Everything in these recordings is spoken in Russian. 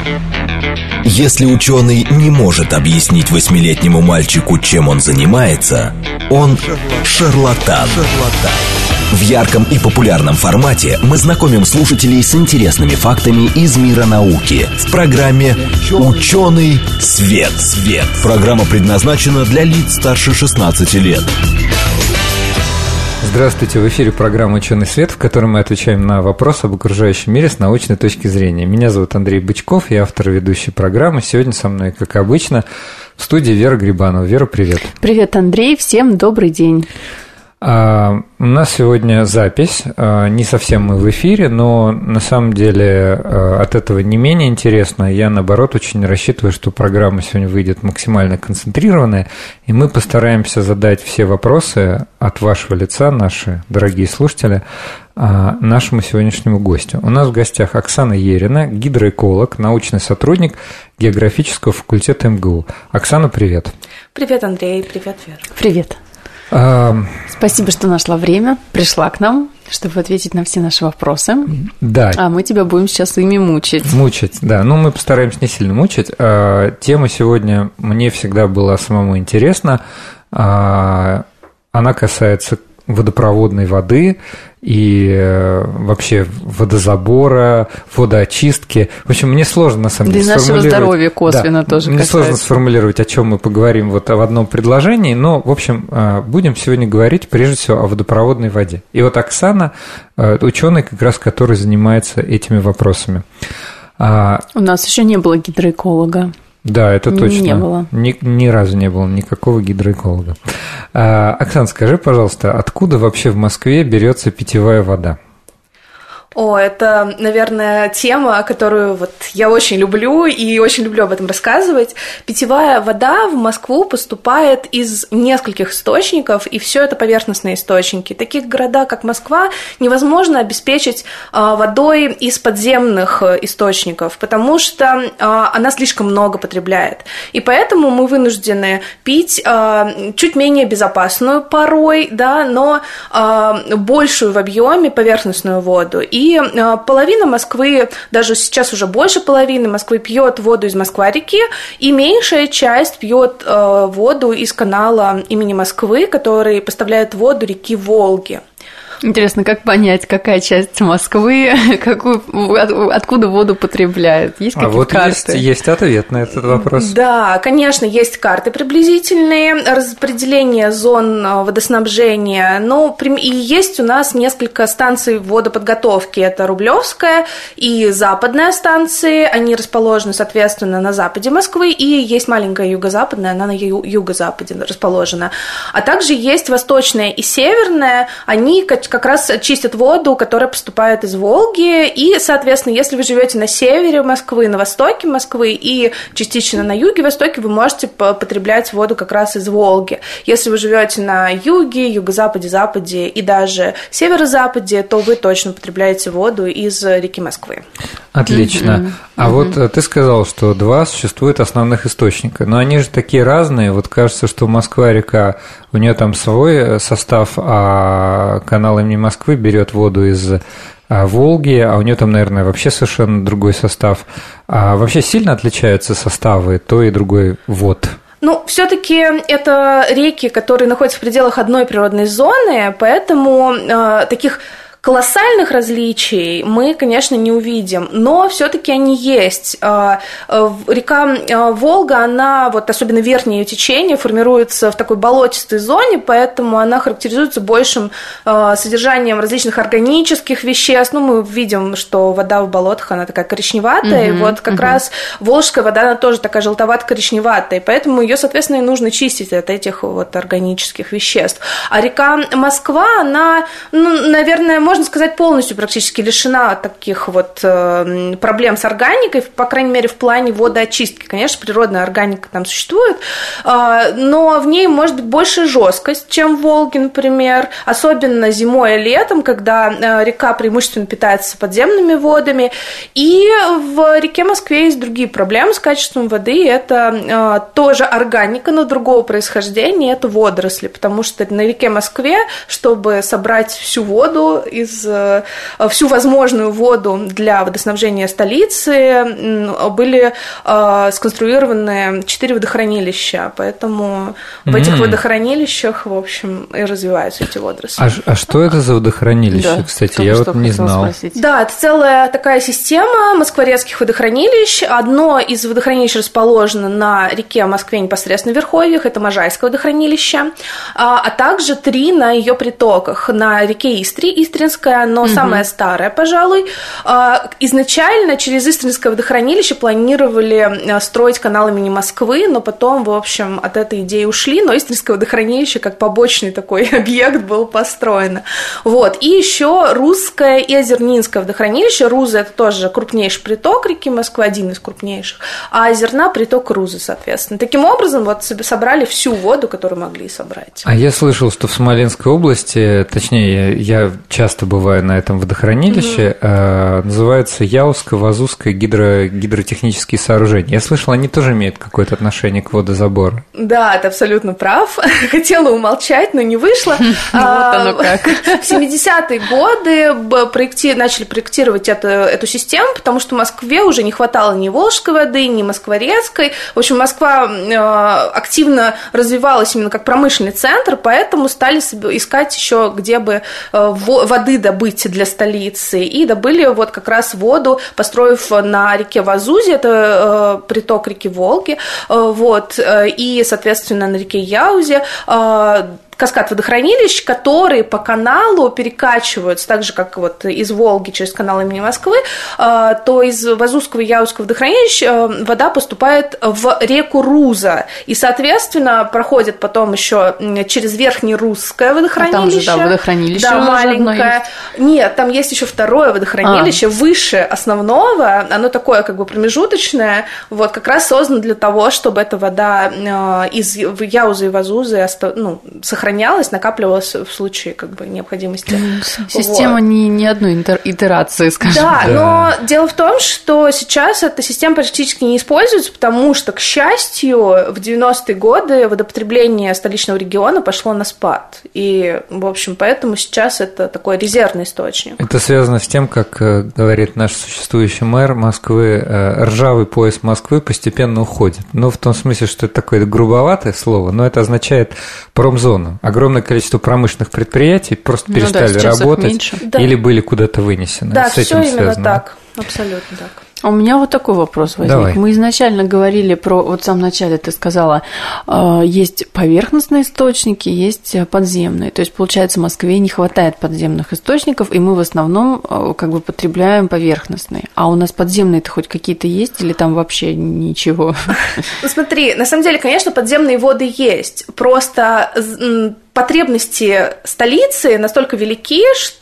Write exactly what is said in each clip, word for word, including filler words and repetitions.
Если ученый не может объяснить восьмилетнему мальчику, чем он занимается, он шарлатан. В ярком и популярном формате мы знакомим слушателей с интересными фактами из мира науки в программе «Ученый свет». Свет. Программа предназначена для лиц старше шестнадцати лет. Здравствуйте, в эфире программа «Ученый свет», в которой мы отвечаем на вопросы об окружающем мире с научной точки зрения. Меня зовут Андрей Бычков, я автор и ведущий программы. Сегодня со мной, как обычно, в студии Вера Грибанова. Вера, привет. Привет, Андрей, всем добрый день. А, у нас сегодня запись, а, не совсем мы в эфире, но на самом деле а, от этого не менее интересно. Я, наоборот, очень рассчитываю, что программа сегодня выйдет максимально концентрированная, и мы постараемся задать все вопросы от вашего лица, наши дорогие слушатели, а, нашему сегодняшнему гостю. У нас в гостях Оксана Ерина, гидроэколог, научный сотрудник географического факультета эм гэ у. Оксана, привет. Привет, Андрей, привет, Вера. Привет. Спасибо, что нашла время, пришла к нам, чтобы ответить на все наши вопросы. Да. А мы тебя будем сейчас ими мучить. Мучить, да. Ну, мы постараемся не сильно мучить. Тема сегодня мне всегда была самому интересна. Она касается водопроводной воды и вообще водозабора, водоочистки. В общем, мне сложно, на самом деле, да сформулировать. Да и нашего здоровья косвенно да, тоже мне касается. Сложно сформулировать, о чем мы поговорим вот в одном предложении, но, в общем, будем сегодня говорить, прежде всего, о водопроводной воде. И вот Оксана, ученый, как раз который занимается этими вопросами. У нас еще не было гидроэколога. Да, это точно. Не было. Ни, ни разу не было никакого гидроэколога. А, Оксана, скажи, пожалуйста, откуда вообще в Москве берется питьевая вода? О, это, наверное, тема, которую вот я очень люблю и очень люблю об этом рассказывать. Питьевая вода в Москву поступает из нескольких источников, и все это поверхностные источники. Таких городах, как Москва, невозможно обеспечить водой из подземных источников, потому что она слишком много потребляет. И поэтому мы вынуждены пить чуть менее безопасную порой, да, но большую в объеме поверхностную воду. И И половина Москвы, даже сейчас уже больше половины Москвы пьет воду из Москва-реки, и меньшая часть пьет воду из канала имени Москвы, который поставляет воду реки Волги. Интересно, как понять, какая часть Москвы, какую, откуда воду потребляет? Есть какие-то а вот карты? Есть, есть ответ на этот вопрос. Да, конечно, есть карты приблизительные, распределение зон водоснабжения, но и есть у нас несколько станций водоподготовки. Это Рублевская и Западная станции, они расположены, соответственно, на западе Москвы, и есть маленькая юго-западная, она на ю- юго-западе расположена. А также есть Восточная и Северная, они как раз чистят воду, которая поступает из Волги, и, соответственно, если вы живете на севере Москвы, на востоке Москвы и частично на юге-востоке, вы можете потреблять воду как раз из Волги. Если вы живете на юге, юго-западе, западе и даже северо-западе, то вы точно потребляете воду из реки Москвы. Отлично. Mm-hmm. А mm-hmm. вот ты сказал, что два существует основных источника, но они же такие разные. Вот кажется, что Москва-река, у нее там свой состав, а канал имени Москвы берет воду из Волги, а у нее там, наверное, вообще совершенно другой состав. А вообще сильно отличаются составы той и другой вод? Ну, все-таки это реки, которые находятся в пределах одной природной зоны, поэтому э, таких колоссальных различий мы, конечно, не увидим, но все-таки они есть. Река Волга, она, вот особенно верхнее ее течение, формируется в такой болотистой зоне, поэтому она характеризуется большим содержанием различных органических веществ. Ну, мы видим, что вода в болотах, она такая коричневатая, mm-hmm. и вот как mm-hmm. раз волжская вода, она тоже такая желтовато-коричневатая, поэтому ее, соответственно, и нужно чистить от этих вот органических веществ. А река Москва, она, ну, наверное, можно сказать, полностью практически лишена таких вот э, проблем с органикой, по крайней мере, в плане водоочистки. Конечно, природная органика там существует, э, но в ней может быть больше жесткость, чем в Волге, например, особенно зимой и летом, когда э, река преимущественно питается подземными водами. И в реке Москве есть другие проблемы с качеством воды. Это э, тоже органика, но другого происхождения, это водоросли, потому что на реке Москве, чтобы собрать всю воду из из всю возможную воду для водоснабжения столицы были сконструированы четыре водохранилища, поэтому в этих mm. водохранилищах, в общем, и развиваются эти водоросли. А, а что это за водохранилище, да, кстати, я вот не знал. Спросить. Да, это целая такая система москворецких водохранилищ. Одно из водохранилищ расположено на реке Москве непосредственно в верховьях, это Можайское водохранилище, а, а также три на ее притоках. На реке Истри, Истринская, но угу. самая старая, пожалуй. А, изначально через Истринское водохранилище планировали строить канал имени Москвы, но потом, в общем, от этой идеи ушли, но Истринское водохранилище как побочный такой объект был построен. Вот. И еще Русское и Озернинское водохранилище. Руза – это тоже крупнейший приток реки Москвы, один из крупнейших, а Озерна – приток Рузы, соответственно. Таким образом, вот собрали всю воду, которую могли собрать. А я слышал, что в Смоленской области, точнее, я часто бываю на этом водохранилище, mm-hmm. называется Яузско-Вазузское гидро... гидротехнические сооружения. Я слышал, они тоже имеют какое-то отношение к водозабору. Да, ты абсолютно прав. Хотела умолчать, но не вышло. Вот оно как. В семидесятые годы начали проектировать эту, эту систему, потому что в Москве уже не хватало ни Волжской воды, ни Москворецкой. В общем, Москва активно развивалась именно как промышленный центр, поэтому стали искать еще, где бы воды добыть для столицы. И добыли вот как раз воду, построив на реке Вазузе, это приток реки Волги, вот, и, соответственно, на реке Яузе, каскад водохранилищ, которые по каналу перекачиваются, так же, как вот из Волги через канал имени Москвы, то из Вазузского и Яузского водохранилищ вода поступает в реку Руза, и, соответственно, проходит потом еще через Верхнерусское водохранилище. А там же, да, водохранилище да, маленькое. Нет, там есть еще второе водохранилище, а. выше основного, оно такое как бы промежуточное, вот, как раз создано для того, чтобы эта вода из Яузы и Вазузы, ну, сохранялась, накапливалась в случае как бы необходимости. Система вот. не, не одной итерации, скажем. Да, да, но дело в том, что сейчас эта система практически не используется, потому что, к счастью, в девяностые годы водопотребление столичного региона пошло на спад. И, в общем, поэтому сейчас это такой резервный источник. Это связано с тем, как говорит наш существующий мэр Москвы, ржавый пояс Москвы постепенно уходит. Ну, в том смысле, что это такое грубоватое слово, но это означает промзону. Огромное количество промышленных предприятий просто ну перестали да, работать или да. были куда-то вынесены. Да, с этим все именно связано. так, абсолютно так. У меня вот такой вопрос возник. Давай. Мы изначально говорили про, вот в самом начале ты сказала, есть поверхностные источники, есть подземные. То есть, получается, в Москве не хватает подземных источников, и мы в основном как бы потребляем поверхностные. А у нас подземные-то хоть какие-то есть или там вообще ничего? Ну смотри, на самом деле, конечно, подземные воды есть. Просто потребности столицы настолько велики,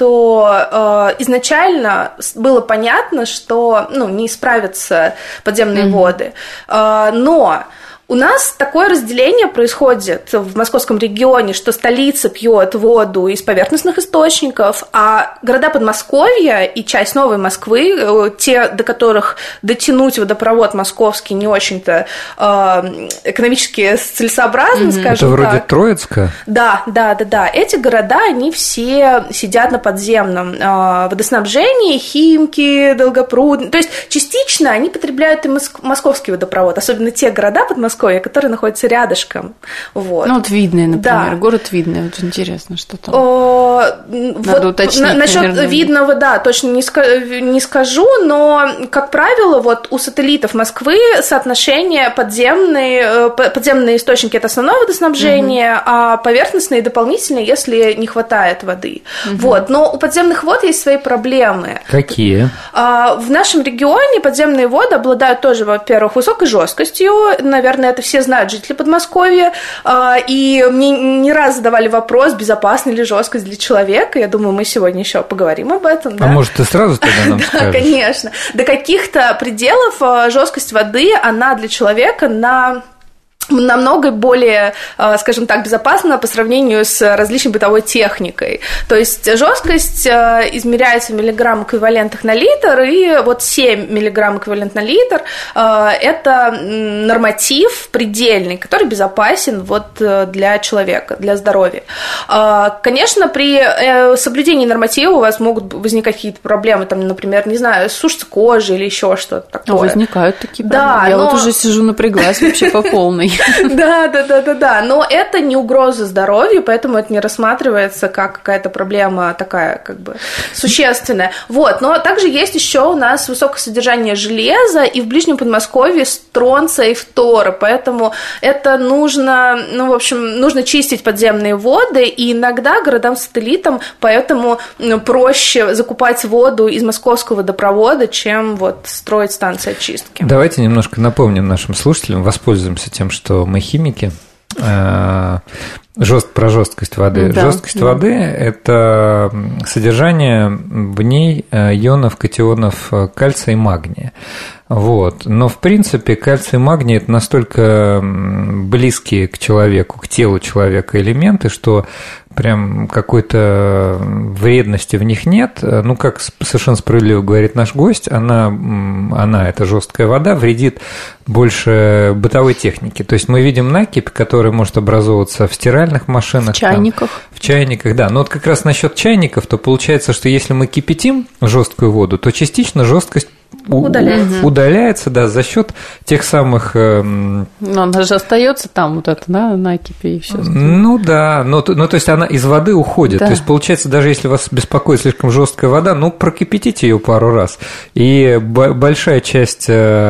что э, изначально было понятно, что ну, не справятся подземные mm-hmm. воды. Э, но у нас такое разделение происходит в московском регионе, что столица пьет воду из поверхностных источников, а города Подмосковья и часть Новой Москвы, те, до которых дотянуть водопровод московский не очень-то э, экономически целесообразно, mm-hmm. скажем Это вроде так. Троицка? Да, да, да, да. Эти города, они все сидят на подземном э, водоснабжении, Химки, Долгопрудный. То есть частично они потребляют и моск- московский водопровод, особенно те города Подмосковья, которые находятся рядышком. Вот. Ну, вот Видное, например, да. город Видное, вот интересно, что там. О, Надо вот уточнить. На, насчет Видного, да, точно не, ска- не скажу, но, как правило, вот у сателлитов Москвы соотношение подземные, подземные источники – это основное водоснабжение, угу. а поверхностные – дополнительные, если не хватает воды. Угу. Вот. Но у подземных вод есть свои проблемы. Какие? В нашем регионе подземные воды обладают тоже, во-первых, высокой жесткостью, наверное, это все знают жители Подмосковья, и мне не раз задавали вопрос, безопасна ли жесткость для человека. Я думаю, мы сегодня еще поговорим об этом. Да? А может, ты сразу тогда нам скажешь? Да, конечно. До каких-то пределов жесткость воды, она для человека на намного более, скажем так, безопасно по сравнению с различной бытовой техникой. То есть жесткость измеряется в миллиграмм эквивалентах на литр, и вот семь миллиграмм эквивалент на литр – это норматив предельный, который безопасен вот для человека, для здоровья. Конечно, при соблюдении норматива у вас могут возникать какие-то проблемы, там, например, не знаю, сушится кожа или еще что-то такое. Возникают такие проблемы. Да, Я но... вот уже сижу, напряглась вообще по полной. Да, да, да, да, да. Но это не угроза здоровью, поэтому это не рассматривается как какая-то проблема такая, как бы, существенная. Вот. Но также есть еще у нас высокое содержание железа, и в ближнем Подмосковье стронция и фтора, поэтому это нужно, ну, в общем, нужно чистить подземные воды, и иногда городам-сателлитам поэтому проще закупать воду из московского водопровода, чем вот строить станции очистки. Давайте немножко напомним нашим слушателям, воспользуемся тем, что мы химики, жест, про жесткость воды. Да, жесткость да. воды – это содержание в ней ионов, катионов кальция и магния. Вот. Но, в принципе, кальций и магний – это настолько близкие к человеку, к телу человека элементы, что прям какой-то вредности в них нет. Ну, как совершенно справедливо говорит наш гость, она, она эта жесткая вода, вредит больше бытовой технике. То есть мы видим накипь, которая может образовываться в стиральных машинах. В чайниках. Там, в чайниках, да. Но вот как раз насчет чайников, то получается, что если мы кипятим жесткую воду, то частично жесткость удаляется. удаляется, да, за счет тех самых. Но она же остается там, вот это, да, накипи и все. Ну да, но, ну то есть она из воды уходит. Да. То есть получается, даже если вас беспокоит слишком жесткая вода, ну прокипятите ее пару раз, и большая часть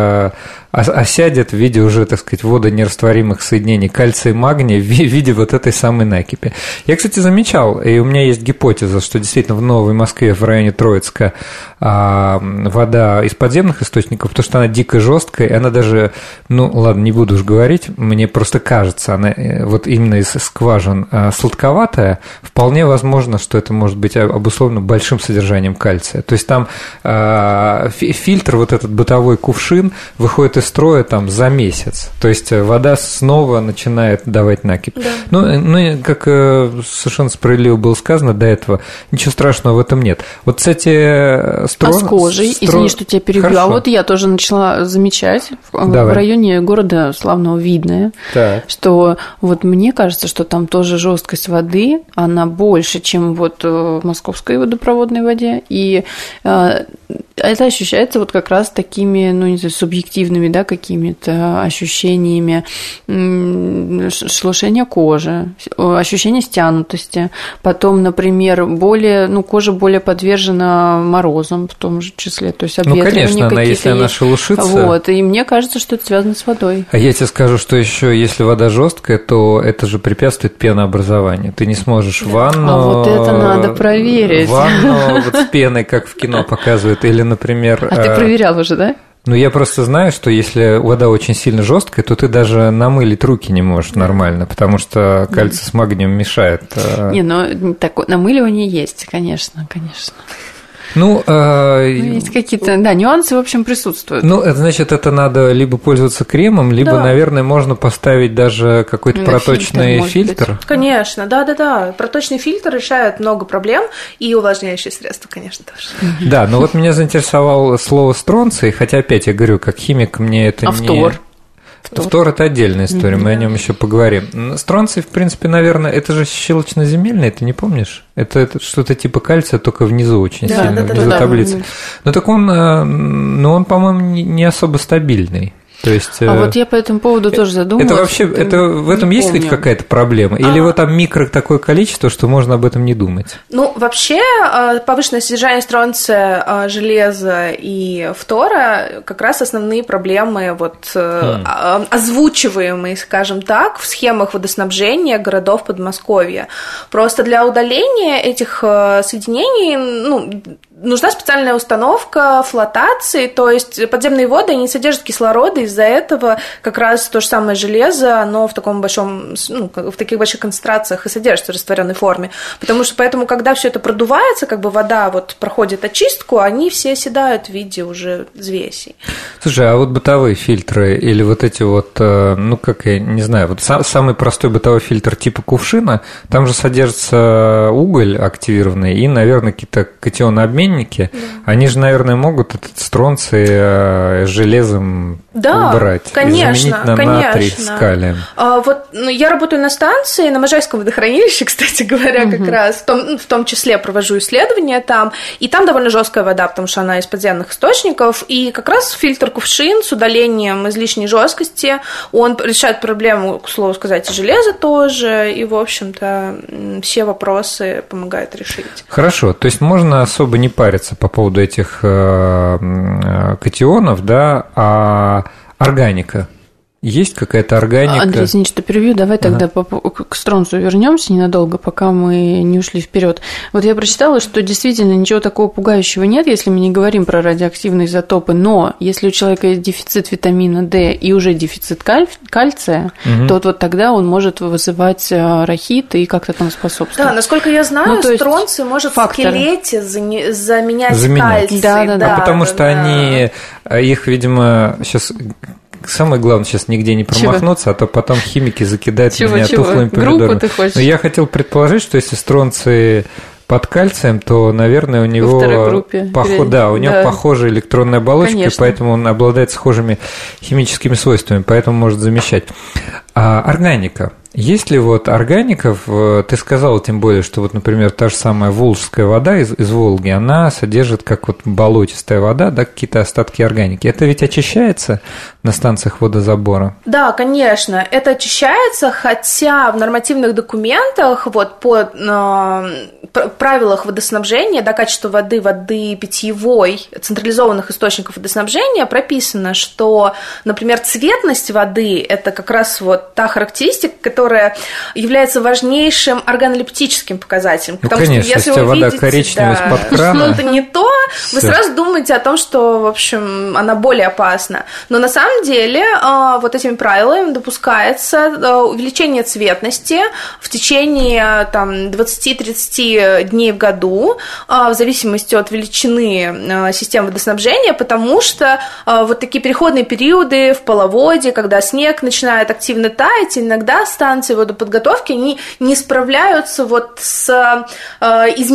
осядет в виде уже, так сказать, водонерастворимых соединений кальция и магния в виде вот этой самой накипи. Я, кстати, замечал, и у меня есть гипотеза, что действительно в Новой Москве, в районе Троицка, вода из подземных источников, потому что она дико жесткая, и она даже, ну ладно, не буду уж говорить, мне просто кажется, она вот именно из скважин сладковатая, вполне возможно, что это может быть обусловлено большим содержанием кальция. То есть там фильтр, вот этот бытовой кувшин, выходит из строя там за месяц. То есть вода снова начинает давать накипь. Да. Ну, ну, как совершенно справедливо было сказано до этого, ничего страшного в этом нет. Вот, кстати, строн... А с кожей, стро... извини, что тебя перебью, Хорошо. А вот я тоже начала замечать Давай. в районе города славного Видное, так. что вот мне кажется, что там тоже жесткость воды, она больше, чем вот в московской водопроводной воде, и это ощущается вот как раз такими, ну, не знаю, субъективными, да, какими-то ощущениями шелушения кожи, ощущение стянутости. Потом, например, более, ну, кожа более подвержена морозам в том же числе, то есть обветривания какие-то. Ну, конечно, она, если есть. Она шелушится. Вот, и мне кажется, что это связано с водой. А я тебе скажу, что еще, если вода жесткая, то это же препятствует пенообразованию. Ты не сможешь ванну... А вот это надо проверить. Ванну вот с пеной, как в кино показывают, или, например... А ты проверял уже, да? Ну, я просто знаю, что если вода очень сильно жесткая, то ты даже намылить руки не можешь нормально, потому что кальций с магнием мешает. Не, ну, такое намыливание есть, конечно, конечно. Ну, э, ну, есть какие-то, да, нюансы, в общем, присутствуют. Ну, это значит, это надо либо пользоваться кремом, либо, да. наверное, можно поставить даже какой-то ну, проточный фильтр. фильтр. Конечно, да-да-да. Проточный фильтр решает много проблем, и увлажняющие средства, конечно, тоже. Да, но вот меня заинтересовало слово стронций, хотя, опять, я говорю, как химик, мне это а не... фтор? Фтор. Фтор – это отдельная история, mm-hmm. мы о нем еще поговорим. Стронций, в принципе, наверное, это же щелочноземельный, ты не помнишь? Это, это что-то типа кальция, только внизу очень да, сильно, да, внизу да, таблицы. Да. Но так он, ну, он, по-моему, не особо стабильный. То есть, а вот я по этому поводу тоже задумалась. Это вообще, это в этом есть хоть какая-то проблема? Или а... вот там микро такое количество, что можно об этом не думать? Ну, вообще, повышенное содержание стронция, железа и фтора как раз основные проблемы, вот, хм. озвучиваемые, скажем так, в схемах водоснабжения городов Подмосковья. Просто для удаления этих соединений, ну, нужна специальная установка флотации, то есть подземные воды, они содержат кислород, и из-за этого как раз то же самое железо, оно в таком большом, ну, в таких больших концентрациях и содержится в растворенной форме. Потому что поэтому, когда все это продувается, как бы вода вот проходит очистку, они все оседают в виде уже взвесей. Слушай, а вот бытовые фильтры или вот эти вот, ну, как я не знаю, вот самый простой бытовой фильтр типа кувшина, там же содержится уголь активированный и, наверное, какие-то катионообменники. Да. Они же, наверное, могут этот стронций с железом да, убрать. Конечно, и заменить на конечно. натрий с калием. А, вот, ну, я работаю на станции, на Можайском водохранилище, кстати говоря, угу. как раз, в том, в том числе провожу исследования там, и там довольно жесткая вода, потому что она из подземных источников, и как раз фильтр кувшин с удалением излишней жесткости, он решает проблему, к слову сказать, и железа тоже, и, в общем-то, все вопросы помогает решить. Хорошо, то есть можно особо не париться по поводу этих э, катионов, да, а органика. Есть какая-то органика? Андрей, извини, что перебью. Давай тогда ага. к стронцию вернемся ненадолго, пока мы не ушли вперед. Вот я прочитала, что действительно ничего такого пугающего нет, если мы не говорим про радиоактивные изотопы, но если у человека есть дефицит витамина D и уже дефицит каль... кальция, угу. то вот, вот тогда он может вызывать рахит и как-то там способствовать. Да, насколько я знаю, ну, стронций может факторы. в скелете заменять, заменять. кальций. Да, да, да. А потому да, что да. они, их, видимо, сейчас... Самое главное сейчас нигде не промахнуться, чего? А то потом химики закидают чего, меня чего? тухлыми помидорами. Группу ты хочешь? Но я хотел предположить, что если стронций под кальцием, то, наверное, у него, пох... да, у него да. похожая электронная оболочка, Конечно. И поэтому он обладает схожими химическими свойствами, поэтому может замещать. А органика. Есть ли вот органиков, ты сказал тем более, что вот, например, та же самая волжская вода из, из Волги, она содержит, как вот болотистая вода, да, какие-то остатки органики. Это ведь очищается на станциях водозабора? Да, конечно, это очищается, хотя в нормативных документах, вот по э, правилах водоснабжения, да, качества воды, воды питьевой, централизованных источников водоснабжения прописано, что, например, цветность воды – это как раз вот та характеристика, которая которая является важнейшим органолептическим показателем. Ну, потому конечно, что если если вы вода видите, коричневая да, из-под крана... ну, это не то, вы Всё. сразу думаете о том, что, в общем, она более опасна. Но на самом деле вот этими правилами допускается увеличение цветности в течение там, двадцать-тридцать дней в году, в зависимости от величины системы водоснабжения, потому что вот такие переходные периоды в половодье, когда снег начинает активно таять, иногда станции водоподготовки, они не справляются вот с э,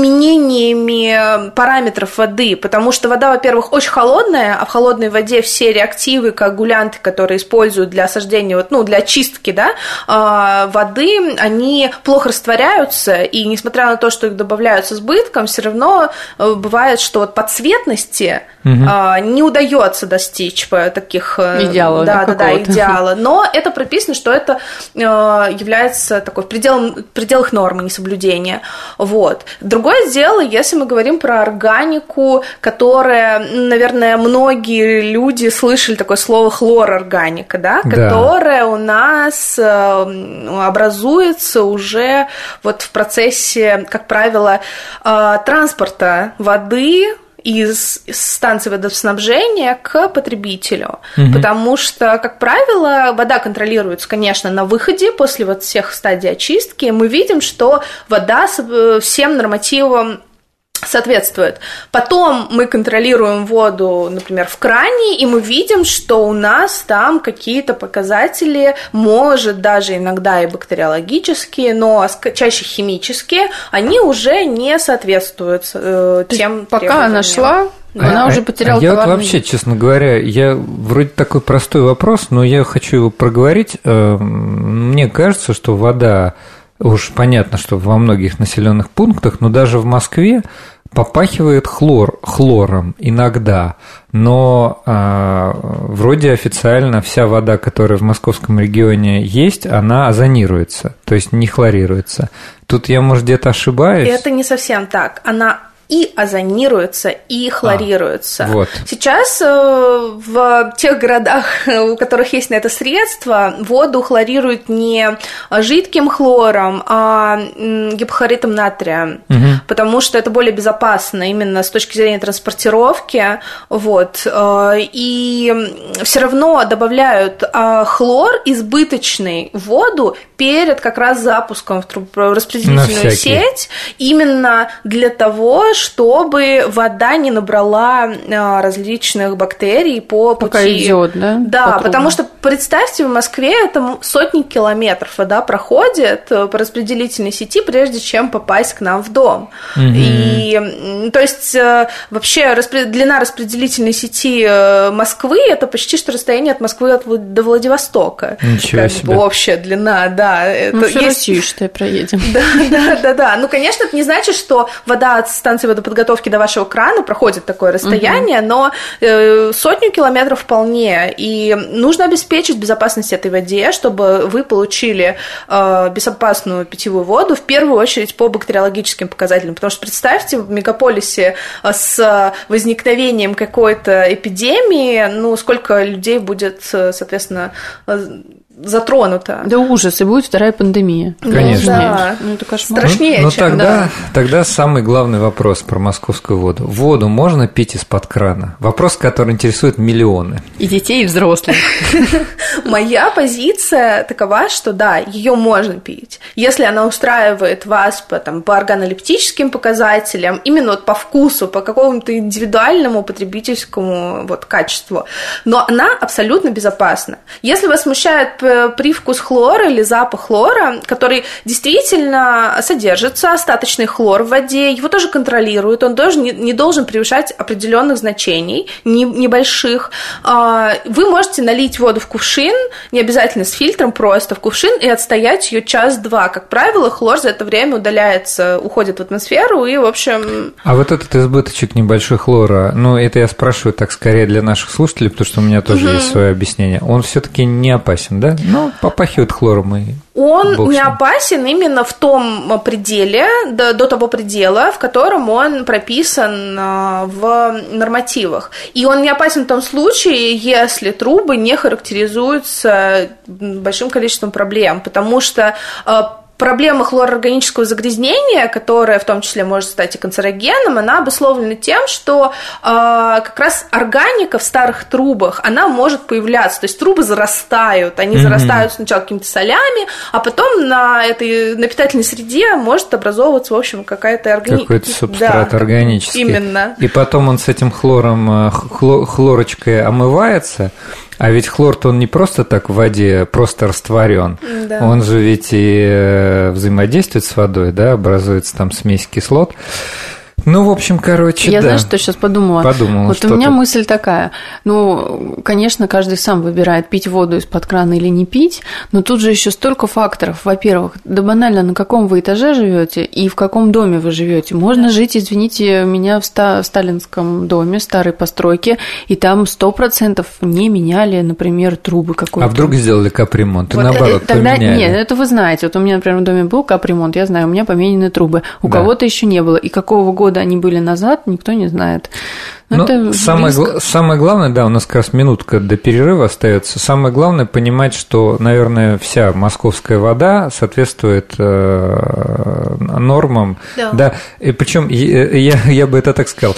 изменениями параметров воды, потому что вода, во-первых, очень холодная, а в холодной воде все реактивы, коагулянты, которые используют для осаждения, вот, ну, для очистки, да, э, воды, они плохо растворяются, и несмотря на то, что их добавляют с избытком, все равно э, бывает, что вот по цветности угу. э, не удается достичь таких идеала, да, да, да, идеала, но это прописано, что это э, является такой в пределах, в пределах нормы несоблюдения. Вот. Другое дело, если мы говорим про органику, которая, наверное, многие люди слышали такое слово хлорорганика, да, да. которая у нас образуется уже вот в процессе, как правило, транспорта воды из станции водоснабжения к потребителю, угу. потому что, как правило, вода контролируется, конечно, на выходе после вот всех стадий очистки. Мы видим, что вода всем нормативам соответствует. Потом мы контролируем воду, например, в кране, и мы видим, что у нас там какие-то показатели, может, даже иногда и бактериологические, но чаще химические, они уже не соответствуют э, тем пока требованиям. Она шла, она а, уже потеряла а я товарный вот вообще, честно говоря, я вроде такой простой вопрос, но я хочу его проговорить. Мне кажется, что вода, уж понятно, что во многих населенных пунктах, но даже в Москве попахивает хлор, хлором иногда, но э, вроде официально вся вода, которая в московском регионе есть, она озонируется, то есть не хлорируется. Тут я, может, где-то ошибаюсь? Это не совсем так. Она и озонируется, и хлорируется. А, вот. Сейчас в тех городах, у которых есть на это средства, воду хлорируют не жидким хлором, а гипохлоритом натрия, угу. потому что это более безопасно именно с точки зрения транспортировки. Вот. И все равно добавляют хлор избыточный в воду перед как раз запуском в распределительную сеть, именно для того, чтобы вода не набрала различных бактерий по пути. Пока идет, да? Да, по потому что, представьте, в Москве это сотни километров вода проходит по распределительной сети, прежде чем попасть к нам в дом. Угу. И, то есть, вообще, длина распределительной сети Москвы – это почти что расстояние от Москвы до Владивостока. Ничего как себе. Бы общая длина, да. Ну, всю есть... Россию, считай, проедем. Да, да, да, да. Ну, конечно, это не значит, что вода от станции водоподготовки до вашего крана проходит такое расстояние, угу. но э, сотню километров вполне. И нужно обеспечить безопасность этой воде, чтобы вы получили э, безопасную питьевую воду, в первую очередь по бактериологическим показателям. Потому что представьте, в мегаполисе с возникновением какой-то эпидемии, ну, сколько людей будет, соответственно, затронуто. Да ужас, и будет вторая пандемия. Конечно. Да. Ну, это кошмар. Страшнее, ну, ну, чем, тогда, да. Тогда самый главный вопрос про московскую воду. Воду можно пить из-под крана? Вопрос, который интересует миллионы. И детей, и взрослых. Моя позиция такова, что да, ее можно пить. Если она устраивает вас по, там, по органолептическим показателям, именно вот по вкусу, по какому-то индивидуальному потребительскому вот, качеству. Но она абсолютно безопасна. Если вас смущает привкус хлора или запах хлора, который действительно содержится, остаточный хлор в воде, его тоже контролируют, он тоже не, не должен превышать определенных значений, не, небольших. Вы можете налить воду в кувшин, не обязательно с фильтром, просто в кувшин, и отстоять ее час-два. Как правило, хлор за это время удаляется, уходит в атмосферу, и, в общем... А вот этот избыточек небольшой хлора, ну, это я спрашиваю так скорее для наших слушателей, потому что у меня тоже угу. есть свое объяснение, он все-таки не опасен, да? Ну, попахивает хлором и... Он не опасен именно в том пределе, до, до того предела, в котором он прописан в нормативах. И он не опасен в том случае, если трубы не характеризуются большим количеством проблем, потому что проблема хлороорганического загрязнения, которая в том числе может стать и канцерогеном, она обусловлена тем, что э, как раз органика в старых трубах, она может появляться. То есть трубы зарастают, они mm-hmm. зарастают сначала какими-то солями, а потом на этой на питательной среде может образовываться, в общем, какая-то органика. Какой-то субстрат да, органический. Именно. И потом он с этим хлором, хлор, хлорочкой омывается. А ведь хлор-то он не просто так в воде, просто растворен. Да. Он же ведь и взаимодействует с водой, да, образуется там смесь кислот. Ну, в общем, короче, я, да. знаешь, что сейчас подумала? Подумала, вот что у меня ты... мысль такая. Ну, конечно, каждый сам выбирает, пить воду из-под крана или не пить, но тут же еще столько факторов. Во-первых, да банально, на каком вы этаже живете и в каком доме вы живете. Можно да. жить, извините меня, в, ста- в сталинском доме, старой постройки, и там сто процентов не меняли, например, трубы какой-то. А вдруг сделали капремонт? И вот наоборот, тогда, поменяли? Нет, это вы знаете. Вот у меня, например, в доме был капремонт, я знаю, у меня поменены трубы. У да. кого-то еще не было. И какого года они были назад, никто не знает. Но ну, самое, гл- самое главное, да, у нас как раз минутка до перерыва остается. Самое главное понимать, что, наверное, вся московская вода соответствует э, нормам. Да. Да, и причем я, я бы это так сказал.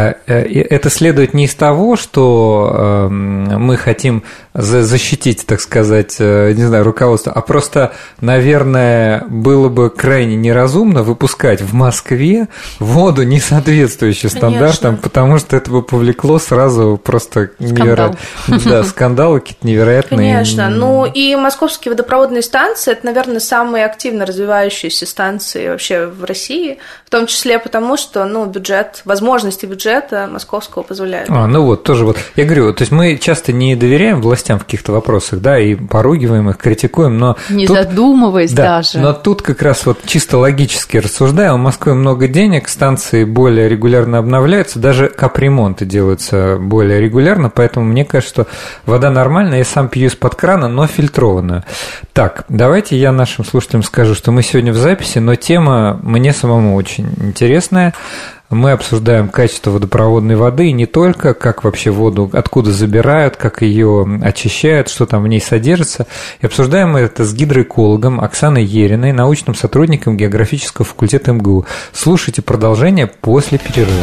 Это следует не из того, что мы хотим защитить, так сказать, не знаю, руководство, а просто, наверное, было бы крайне неразумно выпускать в Москве воду, не соответствующую стандартам, потому что это бы повлекло сразу просто невероятно. Да, скандалы какие-то невероятные. Конечно. Ну и московские водопроводные станции – это, наверное, самые активно развивающиеся станции вообще в России, в том числе потому, что, ну, бюджет, возможности бюджета московского позволяют. А, ну вот, тоже вот. Я говорю, то есть мы часто не доверяем властям в каких-то вопросах, да, и поругиваем их, критикуем, но не тут, задумываясь да, даже. Но тут как раз вот чисто логически рассуждая, у Москвы много денег, станции более регулярно обновляются, даже капремонт ремонты делаются более регулярно, поэтому мне кажется, что вода нормальная, я сам пью из-под крана, но фильтрованную. Так, давайте я нашим слушателям скажу, что мы сегодня в записи, но тема мне самому очень интересная. Мы обсуждаем качество водопроводной воды, и не только, как вообще воду, откуда забирают, как ее очищают, что там в ней содержится. И обсуждаем мы это с гидроэкологом Оксаной Ериной, научным сотрудником географического факультета эм гэ у. Слушайте продолжение после перерыва.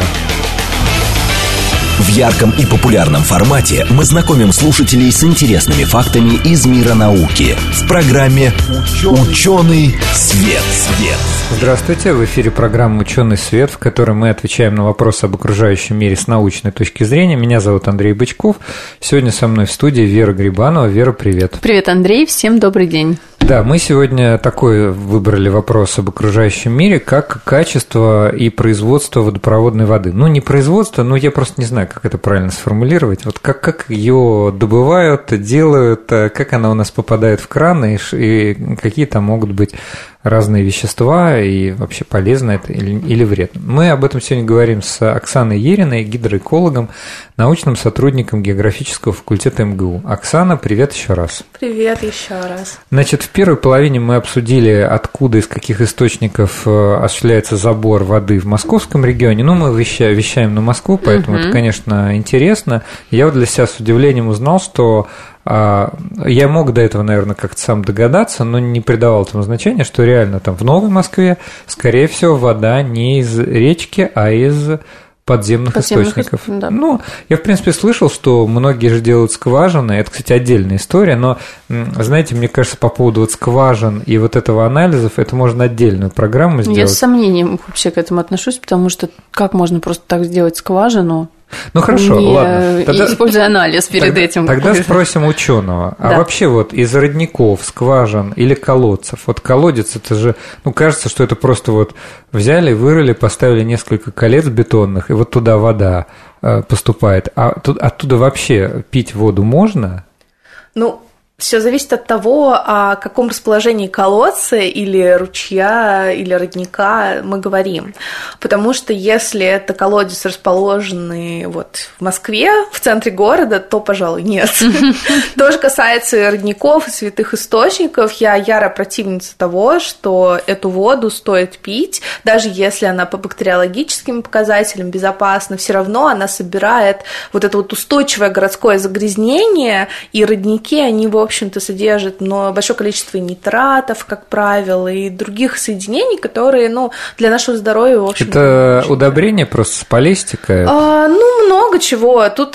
В ярком и популярном формате мы знакомим слушателей с интересными фактами из мира науки в программе «Ученый свет». свет. Здравствуйте, в эфире программа «Ученый свет», в которой мы отвечаем на вопросы об окружающем мире с научной точки зрения. Меня зовут Андрей Бычков. Сегодня со мной в студии Вера Грибанова. Вера, привет. Привет, Андрей, всем добрый день. Да, мы сегодня такой выбрали вопрос об окружающем мире, как качество и производство водопроводной воды. Ну, не производство, но я просто не знаю, как это правильно сформулировать. Вот как, как ее добывают, делают, как она у нас попадает в краны, и, и какие там могут быть разные вещества, и вообще полезно это или, или вредно. Мы об этом сегодня говорим с Оксаной Ериной, гидроэкологом, научным сотрудником географического факультета эм гэ у. Оксана, привет еще раз. Привет еще раз. Значит, в первой половине мы обсудили, откуда, из каких источников осуществляется забор воды в московском регионе. Ну, мы вещаем, вещаем на Москву, поэтому uh-huh. это, конечно, интересно. Я вот для себя с удивлением узнал, что я мог до этого, наверное, как-то сам догадаться, но не придавал этому значения, что реально там в Новой Москве, скорее всего, вода не из речки, а из подземных, подземных источников. Да. Ну, я, в принципе, слышал, что многие же делают скважины. Это, кстати, отдельная история, но, знаете, мне кажется, по поводу вот скважин и вот этого анализов, это можно отдельную программу сделать. Я с сомнением вообще к этому отношусь, потому что как можно просто так сделать скважину? Ну хорошо, не ладно. Тогда, используя анализ перед тогда, этим. Тогда спросим ученого. А да. вообще вот из родников, скважин или колодцев, вот колодец, это же, ну кажется, что это просто вот взяли, вырыли, поставили несколько колец бетонных, и вот туда вода поступает. А тут, оттуда вообще пить воду можно? Ну, все зависит от того, о каком расположении колодца или ручья или родника мы говорим. Потому что если это колодец, расположенный вот в Москве, в центре города, то, пожалуй, нет. То же касается и родников, и святых источников. Я ярая противница того, что эту воду стоит пить, даже если она по бактериологическим показателям безопасна, все равно она собирает вот это вот устойчивое городское загрязнение, и родники, они в В общем-то, содержит но большое количество нитратов, как правило, и других соединений, которые, ну, для нашего здоровья, в общем. Это удобрение просто с полистикой? А, ну, много чего. Тут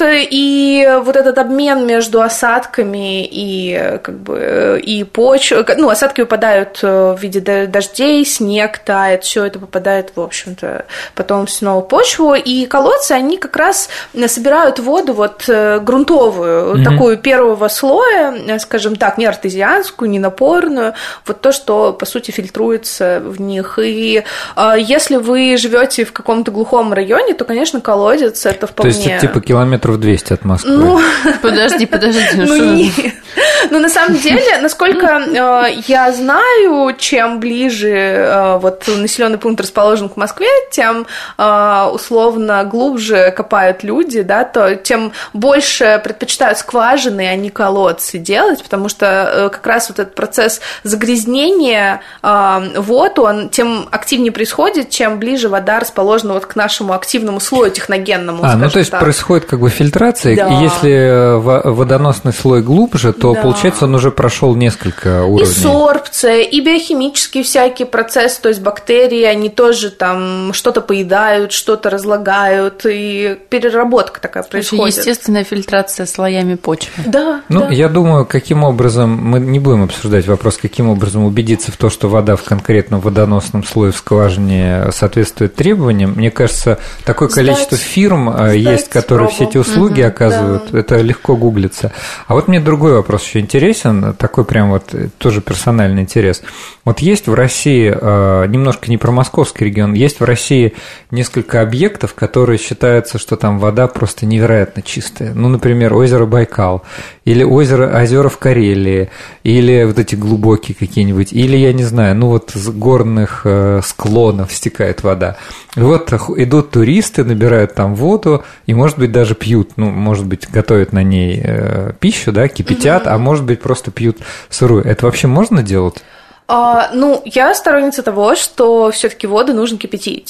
и вот этот обмен между осадками и, как бы, и почвой. Ну, осадки выпадают в виде дождей, снег тает, все это попадает, в общем-то, потом снова в почву. И колодцы, они как раз собирают воду вот грунтовую, mm-hmm. такую первого слоя, скажем так, не артезианскую, не напорную, вот то, что, по сути, фильтруется в них. И э, если вы живете в каком-то глухом районе, то, конечно, колодец – это вполне… То есть, это типа километров двести от Москвы? Ну, подожди, подожди. Ну, нет. Ну, на самом деле, насколько э, я знаю, чем ближе э, вот населенный пункт расположен к Москве, тем э, условно глубже копают люди, да, то тем больше предпочитают скважины, а не колодцы делать, потому что э, как раз вот этот процесс загрязнения э, вод, он тем активнее происходит, чем ближе вода расположена вот к нашему активному слою техногенному. А, ну то есть так. Происходит как бы фильтрация, да. И если водоносный слой глубже, то, да. Получается, он уже прошел несколько уровней. И сорбция, и биохимические всякие процессы, то есть бактерии, они тоже там что-то поедают, что-то разлагают, и переработка такая происходит. Естественная фильтрация слоями почвы. Да, ну, да. Я думаю, каким образом, мы не будем обсуждать вопрос, каким образом убедиться в том, что вода в конкретном водоносном слое в скважине соответствует требованиям. Мне кажется, такое сдать, количество фирм сдать есть, которые пробу. Все эти услуги угу, оказывают, да. Это легко гуглится. А вот мне другой вопрос еще интересен, такой прям вот тоже персональный интерес. Вот есть в России, немножко не про московский регион, есть в России несколько объектов, которые считаются, что там вода просто невероятно чистая. Ну, например, озеро Байкал, или озеро, озера в Карелии, или вот эти глубокие какие-нибудь, или, я не знаю, ну вот с горных склонов стекает вода. И вот идут туристы, набирают там воду, и, может быть, даже пьют, ну, может быть, готовят на ней пищу, да, кипятят, угу. А может быть, просто пьют сырую. Это вообще можно делать? А, ну, я сторонница того, что все-таки воду нужно кипятить.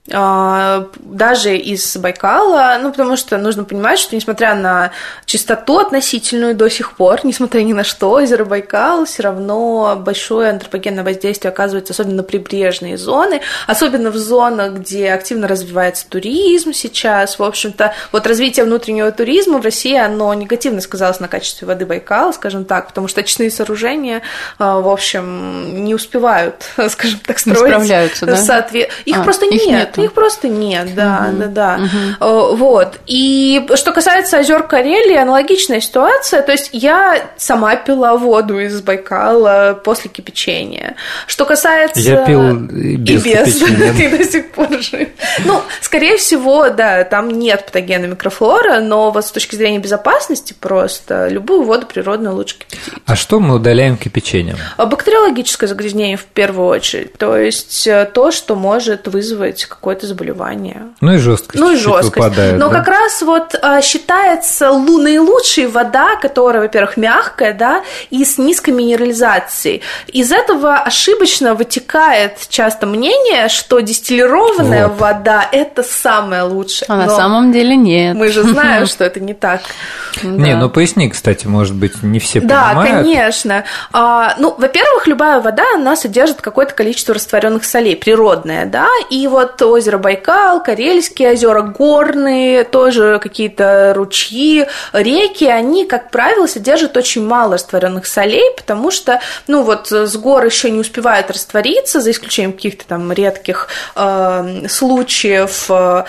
даже из Байкала, ну, потому что нужно понимать, что несмотря на чистоту относительную до сих пор, несмотря ни на что, озеро Байкал все равно большое антропогенное воздействие оказывается, особенно на прибрежные зоны, особенно в зонах, где активно развивается туризм сейчас. В общем-то, вот развитие внутреннего туризма в России, оно негативно сказалось на качестве воды Байкала, скажем так, потому что очистные сооружения, в общем, не успевают, скажем так, строить. Не справляются, да? Соответ... Их а, просто их нет. Нету. Их просто нет, да, угу. да, да. Угу. Вот. И что касается озер Карелии, аналогичная ситуация. То есть я сама пила воду из Байкала после кипячения. Что касается... Я пил без, и без. кипячения. Ты до сих пор жив. Ну, скорее всего, да, там нет патогенной микрофлоры, но вот с точки зрения безопасности просто любую воду природную лучше кипятить. А что мы удаляем кипячением? Бактериологическое загрязнение в первую очередь. То есть то, что может вызвать какое-то заболевание. Ну и жесткость. Ну и жесткость. Выпадает, Но да? как раз вот а, считается наилучшей вода, которая, во-первых, мягкая, да, и с низкой минерализацией. Из этого ошибочно вытекает часто мнение, что дистиллированная вот. вода – это самое лучшее. А Но на самом деле нет. Мы же знаем, что это не так. Не, ну поясни, кстати, может быть, не все да, понимают. Да, конечно. А, ну, во-первых, любая вода, она содержит какое-то количество растворенных солей, природная, да, и вот озеро Байкал, Карельские озера, горные, тоже какие-то ручьи, реки, они, как правило, содержат очень мало растворенных солей, потому что, ну, вот с гор еще не успевают раствориться, за исключением каких-то там редких э, случаев,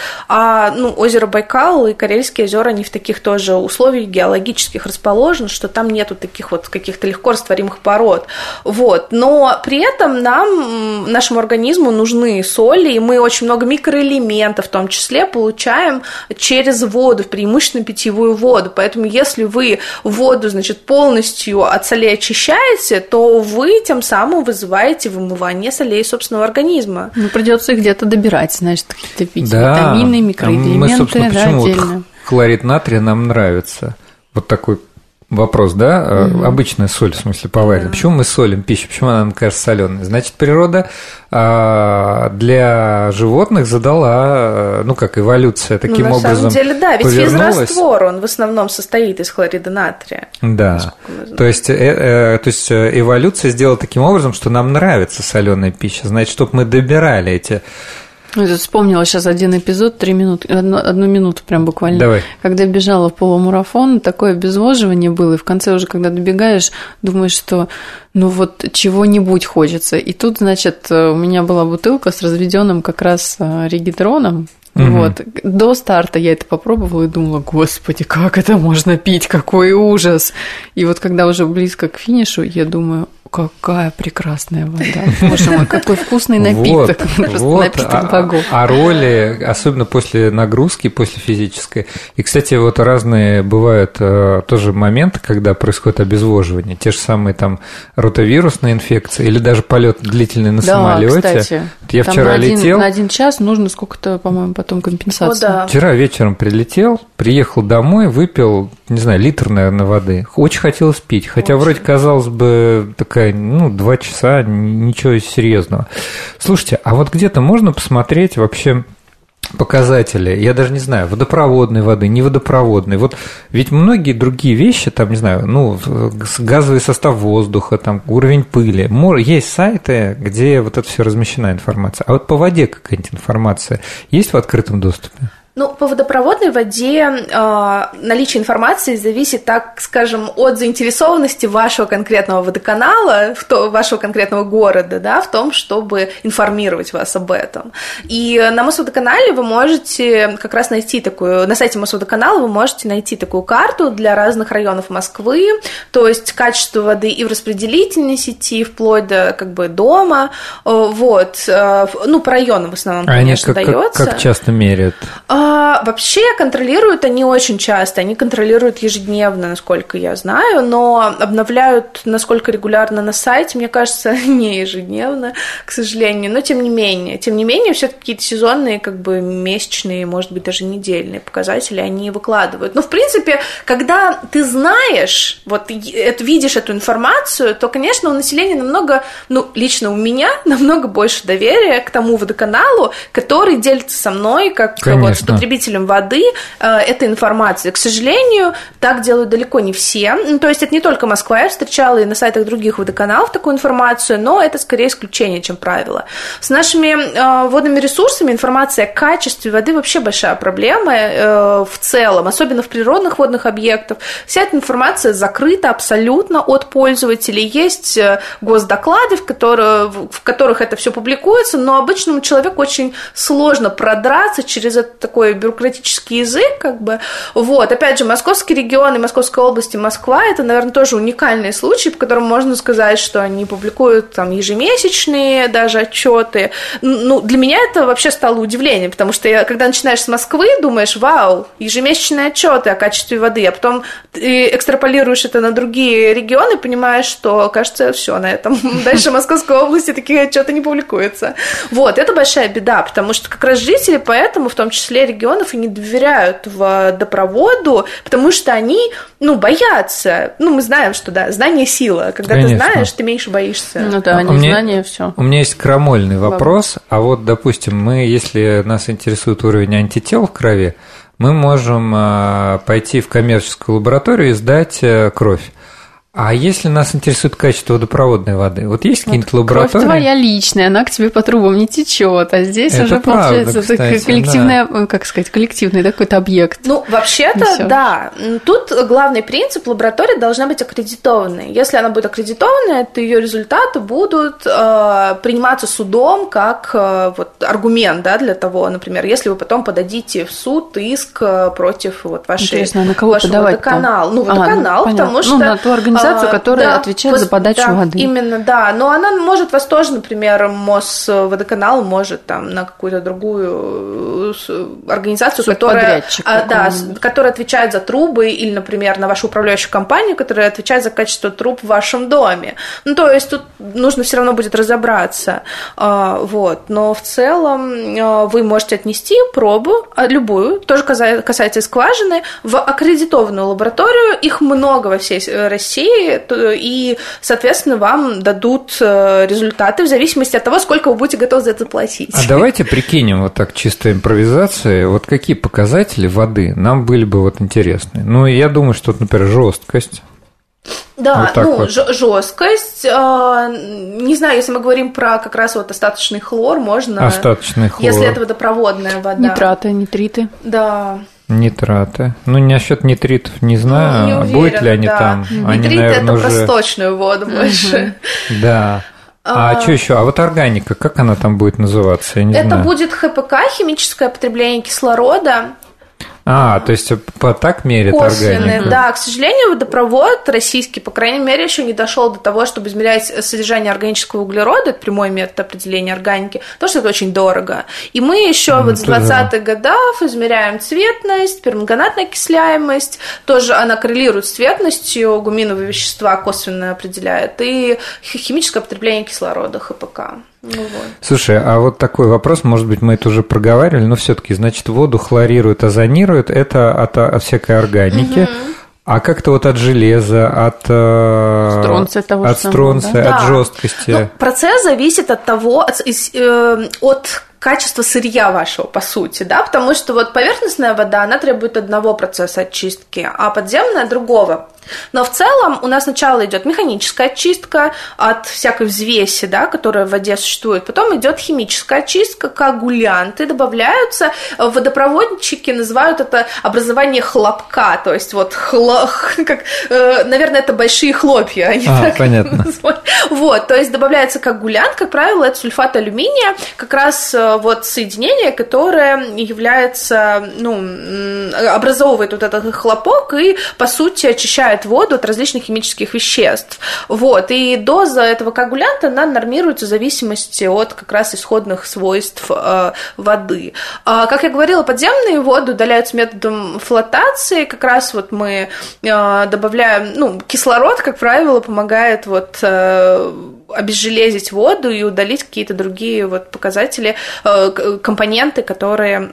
а, ну, озеро Байкал и Карельские озера, они в таких тоже условиях геологических расположены, что там нету таких вот каких-то легко растворимых пород, вот, но при этом нам, нашему организму нужны соли, и мы очень много микроэлементов в том числе получаем через воду, преимущественно питьевую воду, поэтому если вы воду, значит, полностью от солей очищаете, то вы тем самым вызываете вымывание солей собственного организма. Ну, придется их где-то добирать, значит, какие-то пить да. витамины, микроэлементы, мы, собственно, да, почему отдельно. Вот хлорид натрия нам нравится? Вот такой вопрос, да? Угу. Обычная соль, в смысле, поваренная. Да. Почему мы солим пищу? Почему она нам кажется соленой? Значит, природа для животных задала, ну, как эволюция, таким ну, на образом на самом деле, да, ведь повернулась. физраствор, он в основном состоит из хлорида натрия. Да, то есть, э, э, то есть эволюция сделала таким образом, что нам нравится соленая пища. Значит, чтобы мы добирали эти... Я вспомнила сейчас один эпизод, три минуты, одну, одну минуту прям буквально. Давай. Когда бежала в полумарафон, такое обезвоживание было, и в конце уже, когда добегаешь, думаешь, что ну вот чего-нибудь хочется. И тут, значит, у меня была бутылка с разведенным как раз регидроном. Угу. Вот. До старта я это попробовала и думала, господи, как это можно пить, какой ужас. И вот когда уже близко к финишу, я думаю, какая прекрасная вода. Боже мой, какой вкусный напиток. Вот, Просто вот, напиток богов. А, а роли, особенно после нагрузки, после физической. И, кстати, вот разные бывают э, тоже моменты, когда происходит обезвоживание. Те же самые там ротавирусные инфекции или даже полет длительный на да, самолете. Кстати, я там вчера на один, летел. На один час нужно сколько-то, по-моему, потом компенсации. О, да. Вчера вечером прилетел, приехал домой, выпил, не знаю, литр, наверное, воды. Очень хотелось пить. Хотя Очень. вроде, казалось бы, такая, ну, два часа, ничего серьезного. Слушайте, а вот где-то можно посмотреть вообще показатели, я даже не знаю, водопроводной воды, не водопроводной. Вот ведь многие другие вещи, там, не знаю, ну, газовый состав воздуха, там, уровень пыли. Есть сайты, где вот это все размещена информация. А вот по воде какая-нибудь информация есть в открытом доступе? Ну, по водопроводной воде э, наличие информации зависит, так скажем, от заинтересованности вашего конкретного водоканала, в то, вашего конкретного города, да, в том, чтобы информировать вас об этом. И на Мосводоканале вы можете как раз найти такую, на сайте Мосводоканала вы можете найти такую карту для разных районов Москвы, то есть качество воды и в распределительной сети, вплоть до как бы дома, вот, ну, по районам в основном, а конечно, они как, дается. Как, как часто меряют? А, вообще контролируют они очень часто, они контролируют ежедневно, насколько я знаю, но обновляют насколько регулярно на сайте, мне кажется, не ежедневно, к сожалению, но тем не менее, тем не менее, все-таки какие-то сезонные, как бы месячные, может быть, даже недельные показатели они выкладывают. Но, в принципе, когда ты знаешь, вот видишь эту информацию, то, конечно, у населения намного, ну, лично у меня намного больше доверия к тому водоканалу, который делится со мной, как вот, с потребителем воды, э, этой информацией. К сожалению, так делают далеко не все. Ну, то есть это не только Москва, я встречала и на сайтах других водоканалов такую информацию, но это скорее исключение, чем правило. С нашими э, водными ресурсами информация о качестве воды вообще большая проблема э, в целом, особенно в природных водных объектах. Вся эта информация закрыта абсолютно от пользователей. Есть госдоклады, в, которые, в которых это все публикуется, но обычному человеку очень сложно продраться через этот такой бюрократический язык, как бы. Вот. Опять же, московский регион и Московская область и Москва – это, наверное, тоже уникальные случаи, по которым можно сказать, что они публикуют там ежемесячные даже отчеты. Ну, для меня это вообще стало удивлением, потому что я, когда начинаешь с Москвы, думаешь, вау, ежемесячные отчеты о качестве воды, а потом ты экстраполируешь это на другие регионы, понимаешь, что, кажется, все на этом. Дальше в Московской области такие отчеты не публикуются. Вот, это большая беда, потому что как раз жители поэтому, в том числе регионов, и не доверяют водопроводу, потому что они, ну, боятся. Ну, мы знаем, что, да, знание – сила. Когда Конечно. Ты знаешь, ты меньше боишься. Ну да, не знание – все. У меня есть крамольный вопрос. А вот, допустим, мы, если нас интересует уровень антител в крови, мы можем пойти в коммерческую лабораторию и сдать кровь. А если нас интересует качество водопроводной воды, вот есть вот какие-то лаборатории? Кровь твоя личная, она к тебе по трубам не течет, а здесь это уже правда, получается кстати, коллективная, да. как сказать, коллективный да, какой-то объект. Ну, вообще-то, да. Тут главный принцип: лаборатория должна быть аккредитованной. Если она будет аккредитованная, то ее результаты будут э, приниматься судом как э, вот, аргумент, да, для того, например, если вы потом подадите в суд иск против вот, вашей, Интересно, на кого вашего водоканала. Ну, водоканал, а, ну, потому что... Ну, на ту организацию, которая да, отвечает пос... за подачу да, воды. Именно, да. Но она может вас тоже, например, Мосводоканал может там на какую-то другую организацию, которая, а, да, которая отвечает за трубы, или, например, на вашу управляющую компанию, которая отвечает за качество труб в вашем доме. Ну, то есть тут нужно все равно будет разобраться. Вот. Но в целом вы можете отнести пробу, любую, тоже касается скважины, в аккредитованную лабораторию. Их много во всей России, и, соответственно, вам дадут результаты в зависимости от того, сколько вы будете готовы за это платить. А давайте прикинем вот так чисто импровизацией, вот какие показатели воды нам были бы вот интересны. Ну, я думаю, что, например, жесткость. Да, вот ну, вот. жесткость, не знаю, если мы говорим про как раз вот остаточный хлор, можно... Остаточный хлор. Если это водопроводная вода. Нитраты, нитриты. Да. Нитраты. Ну, насчет nitrитов не знаю, ну, не уверена, будут ли они да. там. Они, Нитриты наверное, это уже... про сточную воду больше. Да. А, а что еще? А вот органика, как она там будет называться? Я не это знаю. будет ХПК, химическое потребление кислорода. А, то есть по так меряет органику? Да, к сожалению, водопровод российский, по крайней мере, еще не дошел до того, чтобы измерять содержание органического углерода, это прямой метод определения органики, потому что это очень дорого. И мы еще mm, вот с двадцатых да. годов измеряем цветность, перманганатная окисляемость, тоже она коррелирует с цветностью, гуминовые вещества косвенно определяет, и химическое потребление кислорода, ХПК. Ну, вот. Слушай, а вот такой вопрос, может быть, мы это уже проговаривали, но все-таки, значит, воду хлорируют, озонируют, это от, от всякой органики. Угу. А как-то вот от железа, от стронция, того от, стронция, да? от да. жесткости. Ну, процесс зависит от того, от, от качества сырья вашего, по сути, да, потому что вот поверхностная вода, она требует одного процесса очистки, а подземная другого. Но в целом у нас сначала идет механическая очистка от всякой взвеси, да, которая в воде существует. Потом идет химическая очистка, коагулянты добавляются. Водопроводчики называют это образование хлопка, то есть вот, хло... как, наверное, это большие хлопья. Они а, так понятно. Вот, то есть добавляется коагулянт, как правило, это сульфат алюминия, как раз вот соединение, которое является, ну, образовывает вот этот хлопок и, по сути, очищает очищает воду от различных химических веществ. Вот. И доза этого коагулянта, она нормируется в зависимости от как раз исходных свойств э, воды. А, как я говорила, подземные воды удаляются методом флотации. Как раз вот мы э, добавляем, ну, кислород, как правило, помогает вот э, обезжелезить воду и удалить какие-то другие вот показатели, э, компоненты, которые...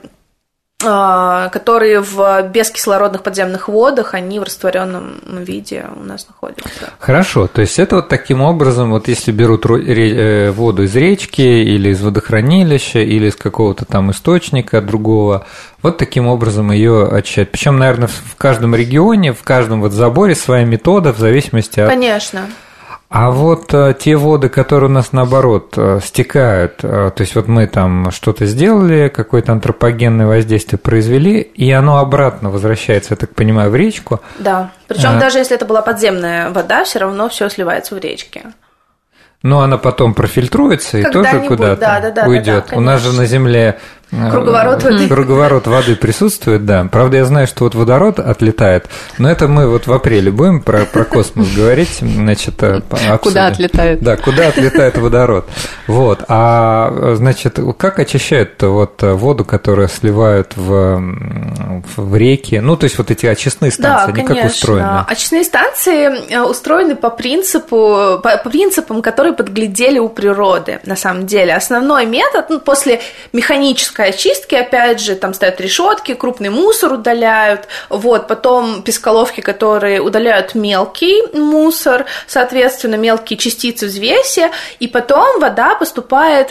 которые в бескислородных подземных водах, они в растворенном виде у нас находятся. Хорошо, то есть это вот таким образом, вот если берут воду из речки или из водохранилища или из какого-то там источника другого, вот таким образом ее очищать. Причем, наверное, в каждом регионе, в каждом вот заборе своя метода в зависимости от... Конечно. А вот а, те воды, которые у нас, наоборот, а, стекают, а, то есть вот мы там что-то сделали, какое-то антропогенное воздействие произвели, и оно обратно возвращается, я так понимаю, в речку. Да, причем а... даже если это была подземная вода, все равно все сливается в речке. Но она потом профильтруется и тоже куда-то да, да, да, уйдет. Да, да, у нас же на Земле круговорот воды. Круговорот воды присутствует, да. Правда, я знаю, что вот водород отлетает, но это мы вот в апреле будем про, про космос говорить, значит, обсудим. Куда отлетает? Да, куда отлетает водород. Вот. А, значит, как очищают вот воду, которую сливают в, в реки? Ну, то есть вот эти очистные станции, да, они как устроены? Очистные станции устроены по принципу, по, по принципам, которые подглядели у природы, на самом деле. Основной метод, ну, после механической очистки, опять же, там ставят решетки, крупный мусор удаляют, вот, потом песколовки, которые удаляют мелкий мусор, соответственно, мелкие частицы взвеси, и потом вода поступает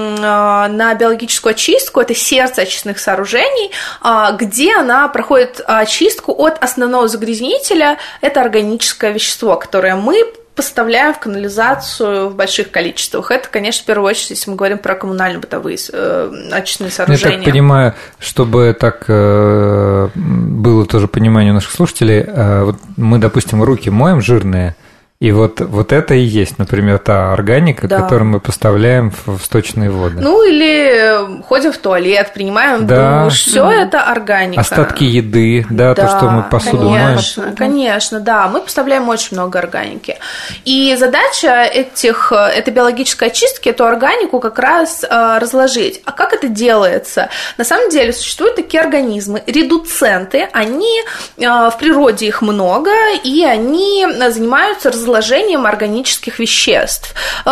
на биологическую очистку, это сердце очистных сооружений, где она проходит очистку от основного загрязнителя, это органическое вещество, которое мы поставляем в канализацию в больших количествах. Это, конечно, в первую очередь, если мы говорим про коммунально-бытовые э, очистные сооружения. Я так понимаю, чтобы так э, было тоже понимание у наших слушателей, э, вот мы, допустим, руки моем жирные, и вот, вот это и есть, например, та органика, да, которую мы поставляем в сточные воды. Ну, или ходим в туалет, принимаем да. душ. Все mm-hmm. это органика. Остатки еды, да, да, то, что мы посуду конечно, моем. Конечно, да. Мы поставляем очень много органики. И задача этих, этой биологической очистки, эту органику как раз э, разложить. А как это делается? На самом деле существуют такие организмы, редуценты. Они, э, в природе их много, и они занимаются разложением разложением органических веществ.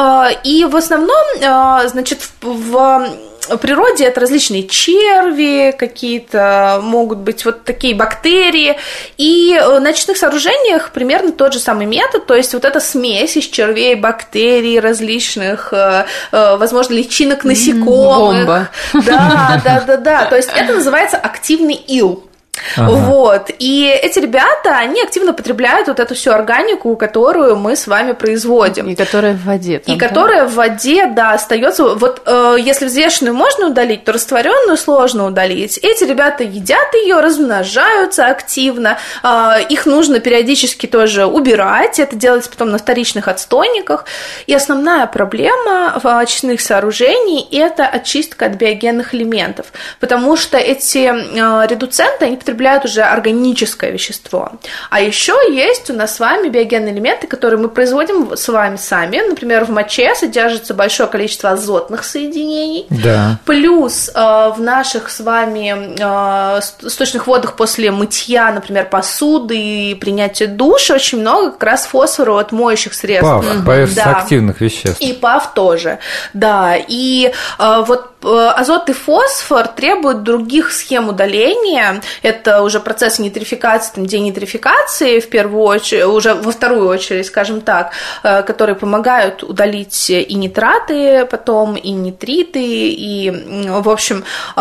И в основном, значит, в природе это различные черви, какие-то могут быть вот такие бактерии. И на очистных сооружениях примерно тот же самый метод, то есть вот эта смесь из червей, бактерий, различных, возможно, личинок насекомых. Бомба. Да, да, да, да. То есть это называется активный ил. Ага. Вот. И эти ребята, они активно потребляют вот эту всю органику, которую мы с вами производим. И которая в воде. Там, и да? которая в воде, да, остается. Вот э, если взвешенную можно удалить, то растворенную сложно удалить. Эти ребята едят ее, размножаются активно. Э, их нужно периодически тоже убирать. Это делается потом на вторичных отстойниках. И основная проблема очистных сооружений – это очистка от биогенных элементов. Потому что эти э, редуценты, они потребляют уже органическое вещество. А еще есть у нас с вами биогенные элементы, которые мы производим с вами сами. Например, в моче содержится большое количество азотных соединений. Да. Плюс э, в наших с вами э, сточных водах после мытья, например, посуды и принятия душа очень много как раз фосфора от моющих средств. ПАВ, mm-hmm. да. активных веществ. И ПАВ тоже, да. И э, вот азот и фосфор требуют других схем удаления. Это уже процесс нейтрификации, там, денейтрификации, в первую очередь, уже во вторую очередь, скажем так, которые помогают удалить и нитраты потом, и нитриты, и, в общем,